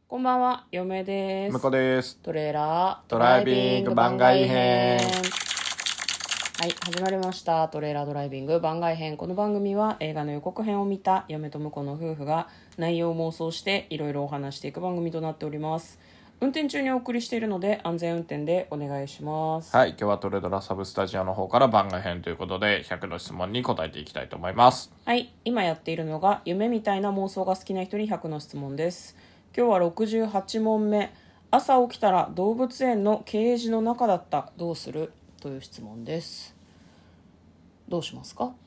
こんばんは、嫁です。 向こうです。 トレーラードライビング番外編。 はい、始まりました。トレーラードライビング番外編。この番組は映画の予告編を見た嫁と婿の夫婦が内容を妄想していろいろお話していく番組となっております。運転中にお送りしているので安全運転でお願いします。 はい、今日はトレドラサブスタジオの方から番外編ということで100の質問に答えていきたいと思います。 はい、今やっているのが夢みたいな妄想が好きな人に100の質問です。今日は68問目。朝起きたら動物園のケージの中だった。どうする？という質問です。どうしますか？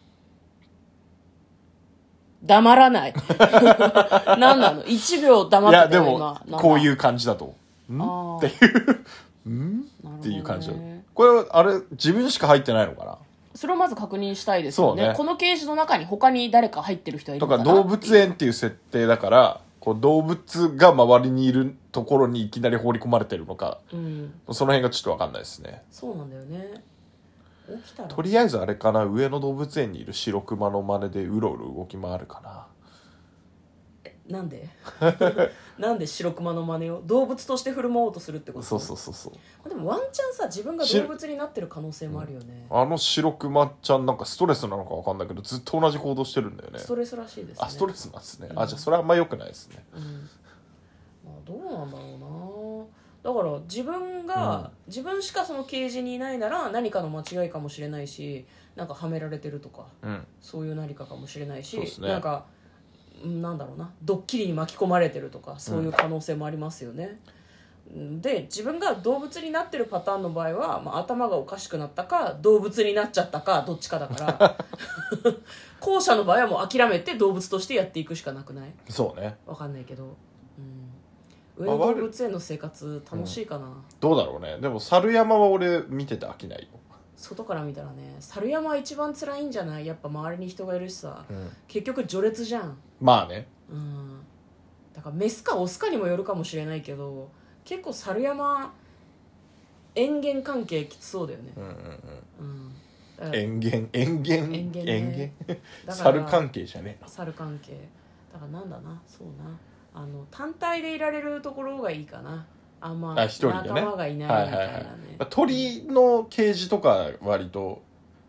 黙らない。何なの？ 1 秒黙ってたよ。 いやでも今こういう感じだとっていうっていう感じだ。これはあれ自分しか入ってないのかな。 それをまず確認したいですよ ね。このケージの中に他に誰か入ってる人はいるのかな。 とか動物園っていう設定だからこう動物が周りにいるところにいきなり放り込まれてるのか、その辺がちょっと分かんないですね。 そうなんだよね。起きたらとりあえずあれかな、上野動物園にいる白熊の真似でうろうろ動き回るかな。 なんでなんで白熊の真似を動物として振る舞おうとするってこと？ そうでもワンチャンさ自分が動物になってる可能性もあるよね。 あの白熊ちゃんなんかストレスなのか分かんないけどずっと同じ行動してるんだよね。 ストレスらしいですね。 あ、ストレスなんですね、じゃあそれはあんま良くないですね。 まあ、どうなんだろうな。だから自分が、自分しかそのケージにいないなら何かの間違いかもしれないし、なんかはめられてるとか、そういう何かかもしれないし、 ね、 なんかなんだろうな、ドッキリに巻き込まれてるとか、そういう可能性もありますよね。で自分が動物になってるパターンの場合は、頭がおかしくなったか動物になっちゃったかどっちかだから後者の場合はもう諦めて動物としてやっていくしかなくない？ そうね、 わかんないけど、上野動物園の生活楽しいかな、 どうだろうね。でも猿山は俺見てて飽きないよ。 外から見たらね、猿山は一番辛いんじゃない？やっぱ周りに人がいるしさ、結局序列じゃん。 まあね、 だからメスかオスかにもよるかもしれないけど、結構猿山塩原関係きつそうだよね。 塩原ね、 猿関係じゃねえな。 猿関係だからなんだな、そうな、単体でいられるところがいいかな。あんま一人でね、 仲間がいないみたいなね。 鳥のケージとか割と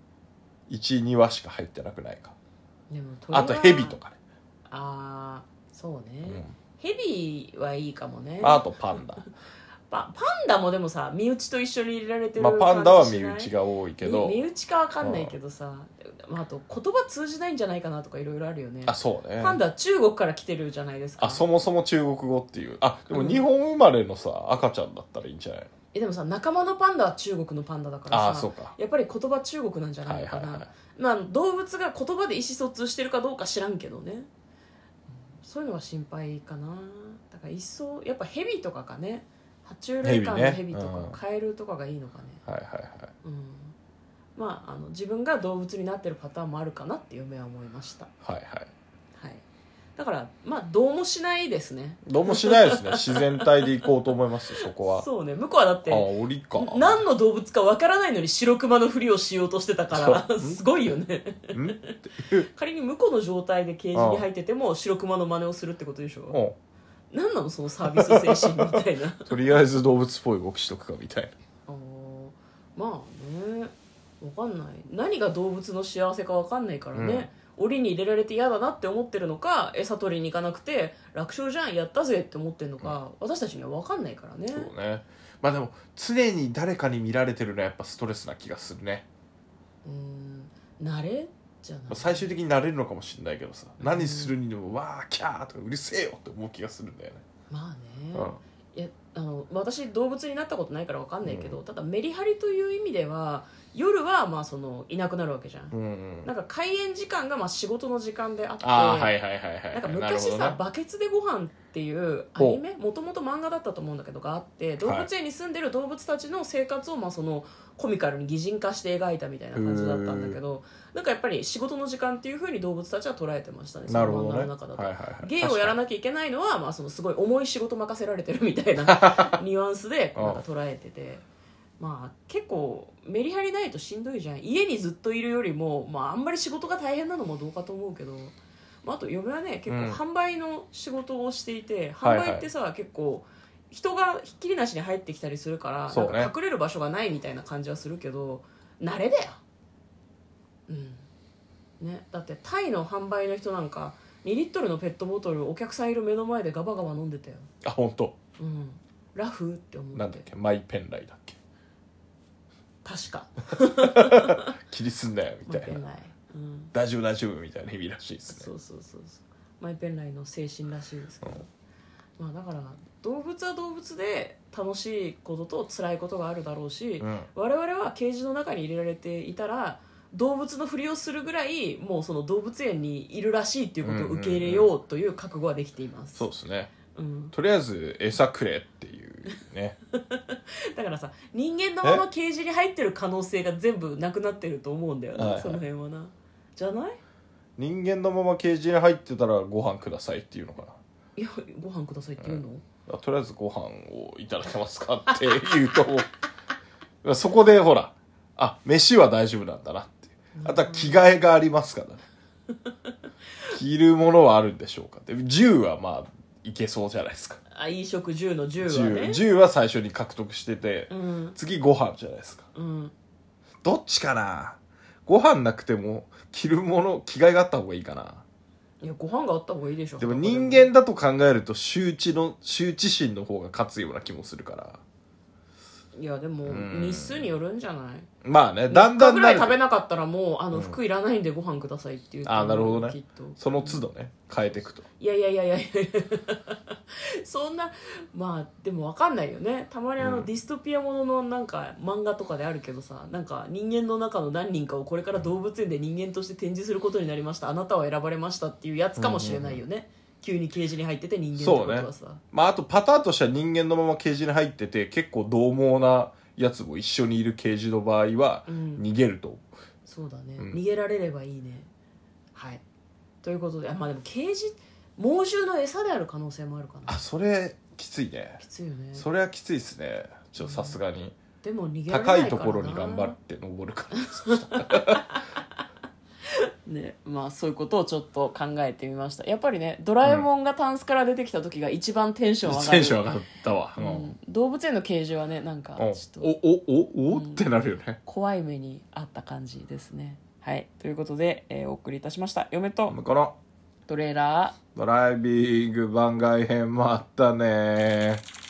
1,2 羽しか入ってなくないか。 でも鳥はあとヘビとかね。 ああそうね、ヘビはいいかもね。 あとパンダパンダもでもさ身内と一緒に入れられてる感じしない？ パンダは身内が多いけど、 身内かわかんないけどさ、あと言葉通じないんじゃないかなとかいろいろあるよね。 あ、そうね。 パンダは中国から来てるじゃないですか。 そもそも中国語っていう。でも日本生まれのさ、赤ちゃんだったらいいんじゃないの？ でもさ、仲間のパンダは中国のパンダだからさ、 そうか、 やっぱり言葉中国なんじゃないのかな。動物が言葉で意思疎通してるかどうか知らんけどね、そういうのが心配かな。だから一層やっぱヘビとかかね、爬虫類館のヘビとかカエルとかがいいのかね。自分が動物になってるパターンもあるかなって嫁は思いました。だからどうもしないですね。 どうもしないですね。自然体で行こうと思いますそこは。 そうね、向こうはだって何の動物かわからないのに白熊のふりをしようとしてたからすごいよね仮に向こうの状態でケージに入ってても白熊の真似をするってことでしょ。何なのそのサービス精神みたいなとりあえず動物っぽい動きしとくかみたいな。 まあね、わかんない。何が動物の幸せかわかんないからね、檻に入れられて嫌だなって思ってるのか、餌取りに行かなくて楽勝じゃんやったぜって思ってるのか、私たちにはわかんないからね。 そうね。でも常に誰かに見られてるのはやっぱストレスな気がするね。 慣れじゃない。 最終的になれるのかもしれないけどさ、何するにでもわーキャーとかうるせえよって思う気がするんだよね。いや私動物になったことないから分かんないけど、ただメリハリという意味では夜はいなくなるわけじゃん、なんか開園時間が仕事の時間であって、なんか昔さ、バケツでご飯っていうアニメ、もともと漫画だったと思うんだけどがあって、動物園に住んでる動物たちの生活をそのコミカルに擬人化して描いたみたいな感じだったんだけど、なんかやっぱり仕事の時間っていう風に動物たちは捉えてましたね、その漫画の中だと。芸をやらなきゃいけないのはそのすごい重い仕事任せられてるみたいなニュアンスでなんか捉えてて、結構メリハリないとしんどいじゃん。家にずっといるよりも、あんまり仕事が大変なのもどうかと思うけど、 あと嫁はね結構販売の仕事をしていて、 はいはい販売ってさ、結構人がひっきりなしに入ってきたりするから、 そうねなんか隠れる場所がないみたいな感じはするけど、慣れだよ。ね、だってタイの販売の人なんか2リットルのペットボトルお客さんいる目の前でガバガバ飲んでたよ。 あ、本当。 ラフって思って。 なんだっけ、マイペンライだっけ。 確か気にすんなよみたいな、 マイペンライ、 大丈夫大丈夫みたいな意味らしいですね。 そうマイペンライの精神らしいですけど、まあだから動物は動物で楽しいことと辛いことがあるだろうし、我々はケージの中に入れられていたら動物のふりをするぐらいもうその動物園にいるらしいっていうことを受け入れようという覚悟はできています。 そうですね、とりあえず餌くれっていうねだからさ、人間のままケージに入ってる可能性が全部なくなってると思うんだよね、その辺はな。じゃない？ 人間のままケージに入ってたらご飯くださいっていうのかな。 いや、ご飯くださいって言うの？ とりあえずご飯をいただけますかって言うとそこでほら、あ、飯は大丈夫なんだなって。あとは着替えがありますからね着るものはあるんでしょうか。で銃はまあいけそうじゃないですか。 衣食住の銃はね、 銃は最初に獲得してて、次ご飯じゃないですか、どっちかな。ご飯なくても着るもの、着替えがあった方がいいかな。 いや、ご飯があった方がいいでしょ。 でも人間だと考えると羞恥心の方が勝つような気もするから。 いやでも日数によるんじゃない？ まあね、だんだんぐらい食べなかったらもう服いらないんでご飯くださいっていう。 あ、なるほどね。 きっとその都度ね、変えていくと。 いやそんな、まあでも分かんないよね。たまにディストピアもののなんか漫画とかであるけどさ、なんか人間の中の何人かをこれから動物園で人間として展示することになりました、あなたは選ばれましたっていうやつかもしれないよね、急にケージに入ってて人間ってことはさ。 そうね。まああとパターンとしては人間のままケージに入ってて結構獰猛なやつも一緒にいるケージの場合は逃げると、 そうだね、逃げられればいいね。はい、ということで、まあでもケージ猛獣の餌である可能性もあるかな。 あ、それきついね。 きついよね。 それはきついですね。さすがに。 でも逃げられないからな。 高いところに頑張って登るからね、まあそういうことをちょっと考えてみました。やっぱりね、ドラえもんがタンスから出てきた時が一番テンション上がる。 テンション上がったわ、 動物園のケージはね、なんかちょっとおってなるよね。 怖い目にあった感じですね。はい、ということで、お送りいたしました嫁とこのトレーラードライビング番外編もあったね。